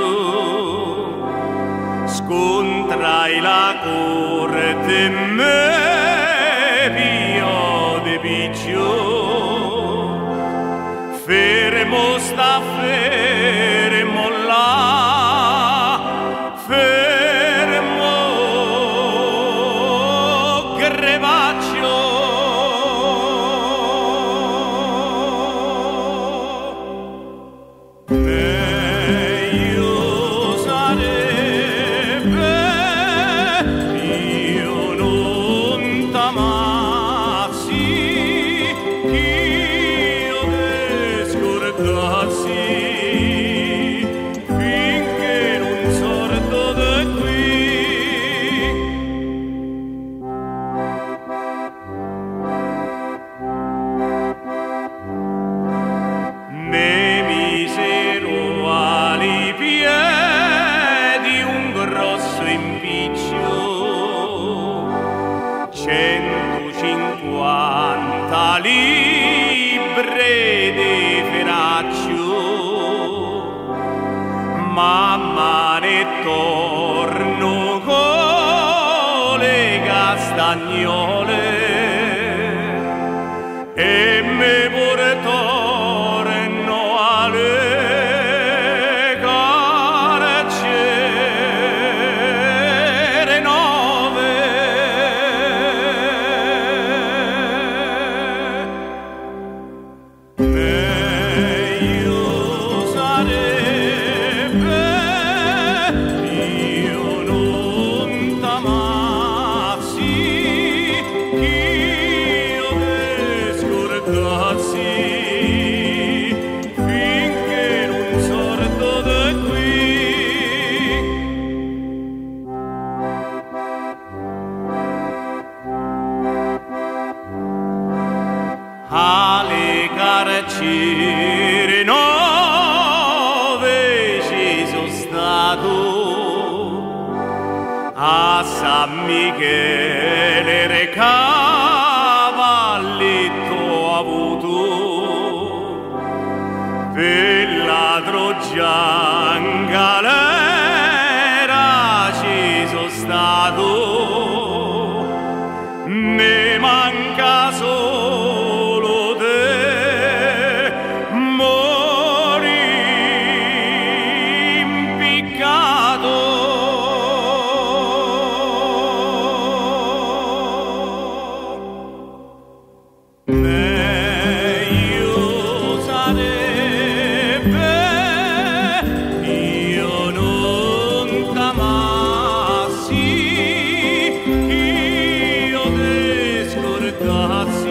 Scontrai la corte e me pio de piccio. Fermo sta fermo là, fermo crevaccio. Mamma ne torno con le castagnole e me pure torno alle carcere nove. Meglio sarebbe alle carceri nove ci sono stato, a San Michele re cavalletto avuto, per la Trojan galera ci sono stato, me manca solo te, mori impiccato. Meglio sarebbe io non t'amassi, io te scordassi,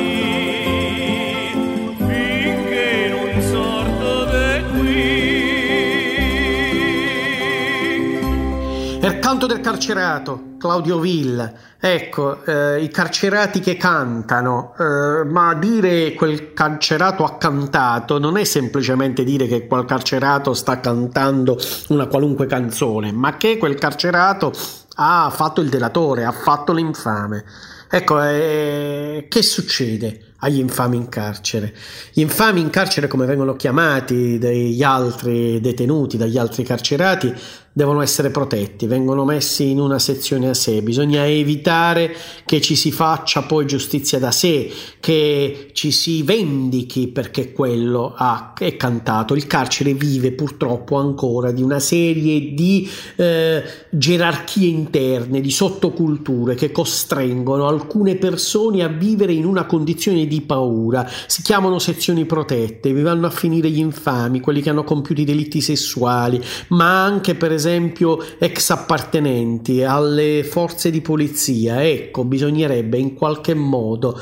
finché non sorto da qui. Er canto del carcerato, Claudio Vil, ecco, eh, i carcerati che cantano, eh, ma dire quel carcerato ha cantato non è semplicemente dire che quel carcerato sta cantando una qualunque canzone, ma che quel carcerato ha fatto il delatore, ha fatto l'infame. Ecco, eh, che succede agli infami in carcere? Gli infami in carcere, come vengono chiamati dagli altri detenuti, dagli altri carcerati, devono essere protetti, vengono messi in una sezione a sé. Bisogna evitare che ci si faccia poi giustizia da sé, che ci si vendichi perché quello ha, è cantato. Il carcere vive purtroppo ancora di una serie di eh, gerarchie interne, di sottoculture che costringono alcune persone a vivere in una condizione di paura. Si chiamano sezioni protette, vi vanno a finire gli infami, quelli che hanno compiuto i delitti sessuali, ma anche per esempio esempio ex appartenenti alle forze di polizia. Ecco, bisognerebbe in qualche modo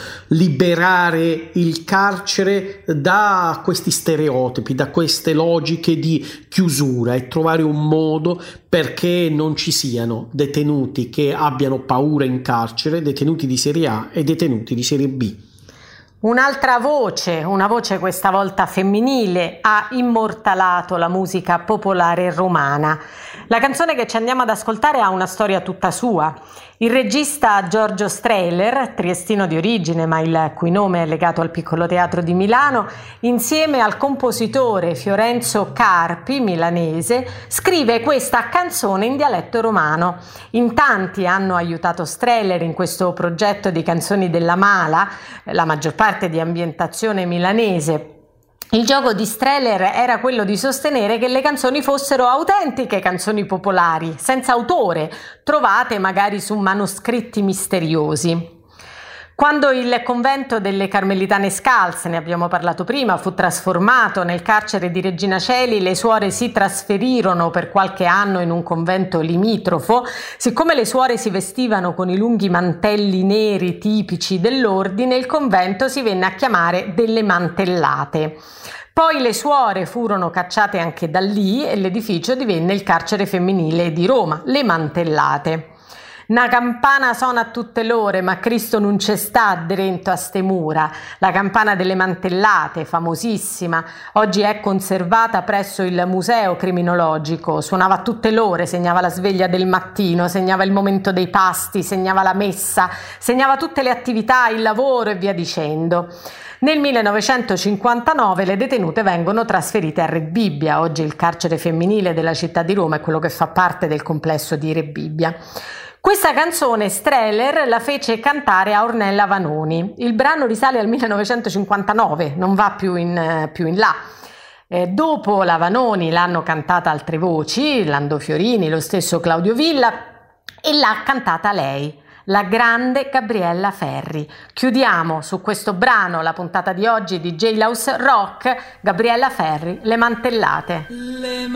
liberare il carcere da questi stereotipi, da queste logiche di chiusura e trovare un modo perché non ci siano detenuti che abbiano paura in carcere, detenuti di serie A e detenuti di serie B. Un'altra voce, una voce questa volta femminile, ha immortalato la musica popolare romana. La canzone che ci andiamo ad ascoltare ha una storia tutta sua. Il regista Giorgio Strehler, triestino di origine ma il cui nome è legato al Piccolo Teatro di Milano, insieme al compositore Fiorenzo Carpi, milanese, scrive questa canzone in dialetto romano. In tanti hanno aiutato Strehler in questo progetto di canzoni della Mala, la maggior parte di ambientazione milanese. Il gioco di Strehler era quello di sostenere che le canzoni fossero autentiche canzoni popolari, senza autore, trovate magari su manoscritti misteriosi. Quando il convento delle Carmelitane Scalze, ne abbiamo parlato prima, fu trasformato nel carcere di Regina Coeli, le suore si trasferirono per qualche anno in un convento limitrofo. Siccome le suore si vestivano con i lunghi mantelli neri tipici dell'ordine, il convento si venne a chiamare delle Mantellate. Poi le suore furono cacciate anche da lì e l'edificio divenne il carcere femminile di Roma, le Mantellate. Una campana suona a tutte l'ore, ma Cristo non c'è sta dentro a ste mura. La campana delle Mantellate, famosissima, oggi è conservata presso il Museo Criminologico. Suonava a tutte l'ore, segnava la sveglia del mattino, segnava il momento dei pasti, segnava la messa, segnava tutte le attività, il lavoro e via dicendo. Nel millenovecentocinquantanove le detenute vengono trasferite a Rebibbia, oggi il carcere femminile della città di Roma è quello che fa parte del complesso di Rebibbia. Questa canzone Strehler la fece cantare a Ornella Vanoni. Il brano risale al millenovecentocinquantanove, non va più in, più in là. Eh, dopo la Vanoni l'hanno cantata altre voci, Lando Fiorini, lo stesso Claudio Villa, e l'ha cantata lei, la grande Gabriella Ferri. Chiudiamo su questo brano la puntata di oggi di Jailhouse Rock. Gabriella Ferri, Le Mantellate. Le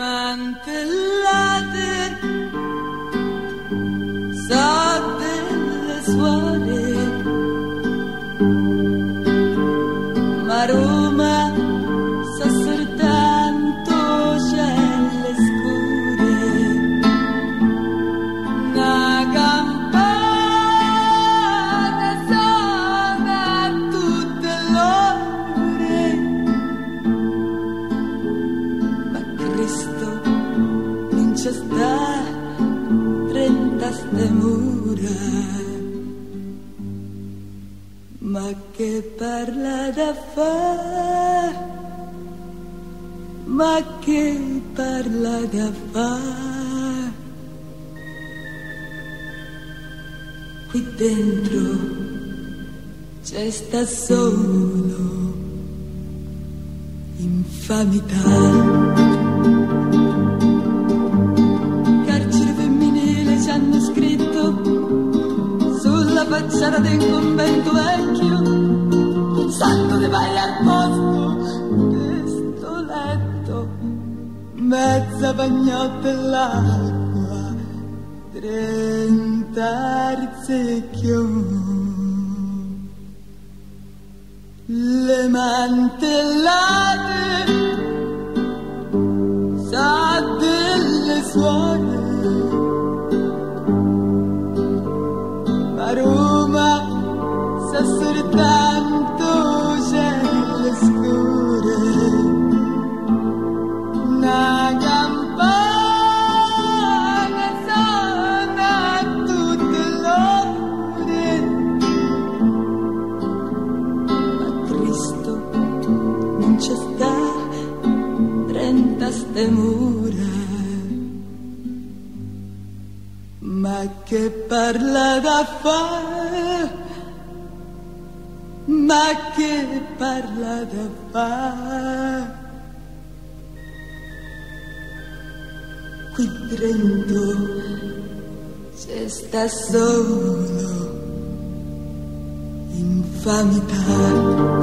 Mantellate so delle suore, ma Roma sa soltanto celle scure, una campana suona a tutte l'ore, ma Cristo non c'è sta trenta ste mura, ma che parla da fa, ma che parla da fa, qui dentro c'è sta solo infamità. Hanno scritto sulla facciata del convento vecchio, sanno che vai al posto di sto letto, mezza bagnotta l'acqua, trenta arzecchio, le mantellate sa delle suore, sta soltanto celle scure, una campana suona tutte l'ore, ma Cristo non c'è sta trenta ste mura, ma che parla da fare, ma che parla da fare. Qui dentro c'è sta solo infamità.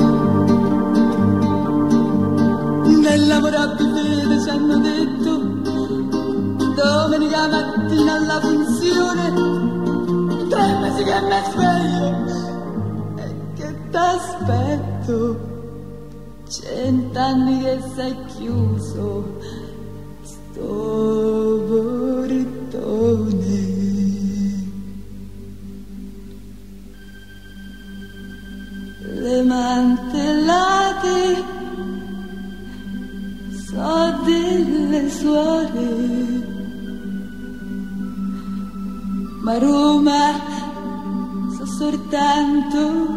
Nell'amorabile fede ci hanno detto domenica mattina alla funzione, tre mesi che mi sveglio e che t'aspetto, cent'anni che sei chiuso sto portone. Le mantellate so delle suore, ma Roma so soltanto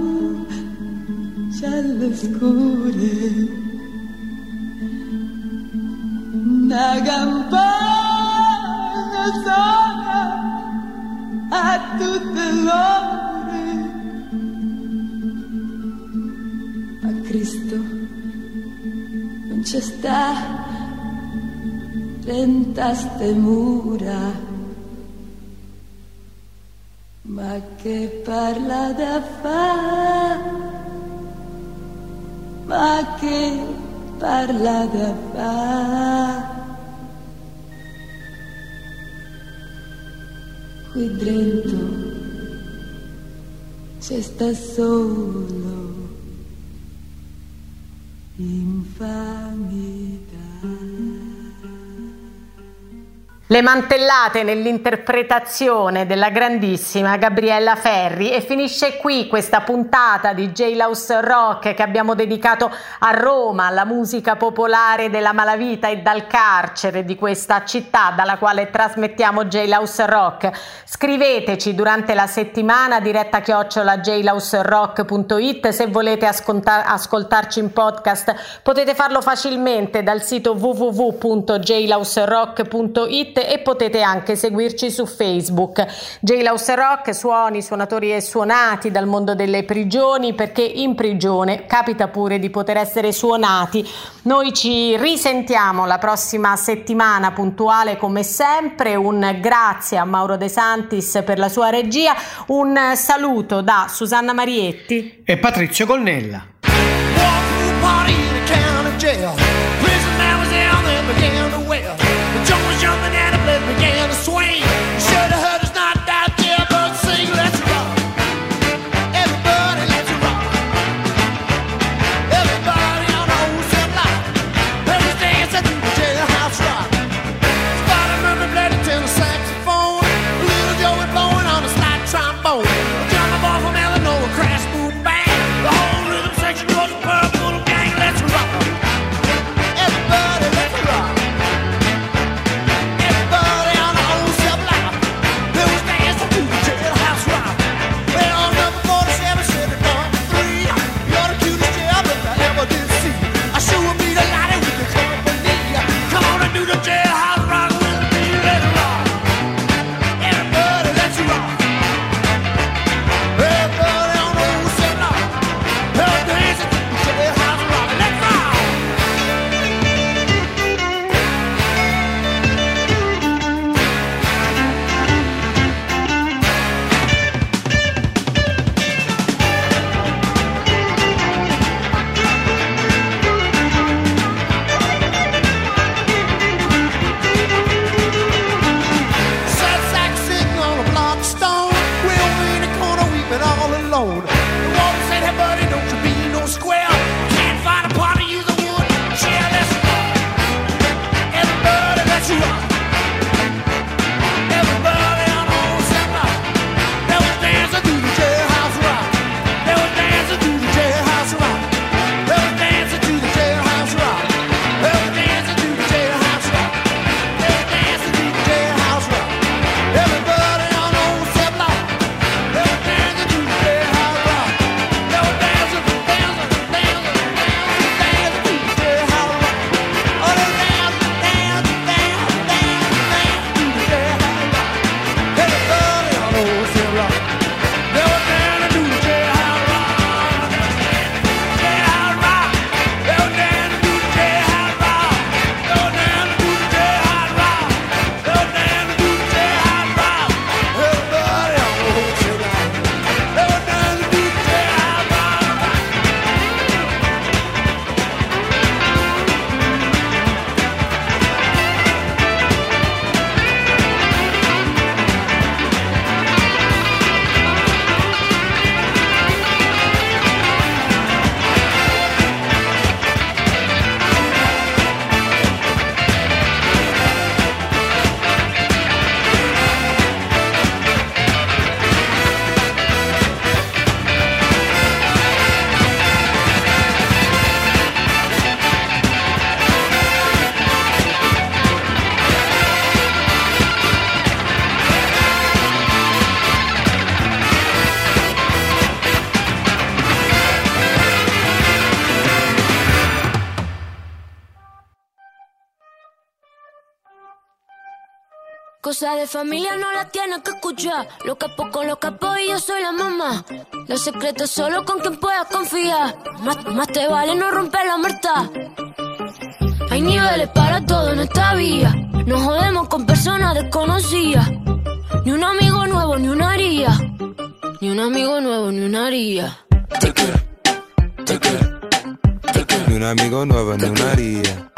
celle scure, una campana suona a tutte l'ore, ma Cristo non c'è sta trenta ste mura, ma che parla da fa, ma che parla da fa. Qui dentro c'è sta solo infamità. Le mantellate nell'interpretazione della grandissima Gabriella Ferri. E finisce qui questa puntata di Jailhouse Rock che abbiamo dedicato a Roma, alla musica popolare della malavita e dal carcere di questa città dalla quale trasmettiamo Jailhouse Rock. Scriveteci durante la settimana, diretta chiocciola jailhouse rock punto it. Se volete ascolta- ascoltarci in podcast potete farlo facilmente dal sito w w w punto jailhouse rock punto it e potete anche seguirci su Facebook. Jailhouse Rock, suoni, suonatori e suonati dal mondo delle prigioni, perché in prigione capita pure di poter essere suonati. Noi ci risentiamo la prossima settimana puntuale come sempre. Un grazie a Mauro De Santis per la sua regia, un saluto da Susanna Marietti e Patrizio Colnella. Began to swing. Should have heard us not out there, but sing, let's rock. Everybody, let's rock. Everybody on the whole set line. Let's dance at the jailhouse rock. Spotted Murphy played a tenor saxophone. Little Joey blowing on a slide trombone. John the boy from Illinois, a crash boom bang. The whole rhythm section was a purple gang. Let's rock. Everybody, let's rock. Everybody on the whole set line. cosas de familia no las tienes que escuchar. Los capos con los capos y yo soy la mamá. Los secretos solo con quien puedas confiar. Más, más te vale no romper la muerta. Hay niveles para todo en esta vía. No jodemos con personas desconocidas. Ni un amigo nuevo, ni una haría. Ni un amigo nuevo, ni una haría. Ni un amigo nuevo, ni una haría.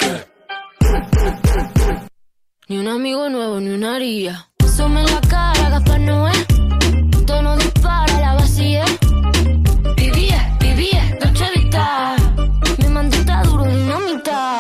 Ni un amigo nuevo, ni una haría. Asome en la cara, Gaspar Noé. Tono dispara, la vacía. Vivía, vivía, Dolce Vita. Mi mandita duro, dinamita.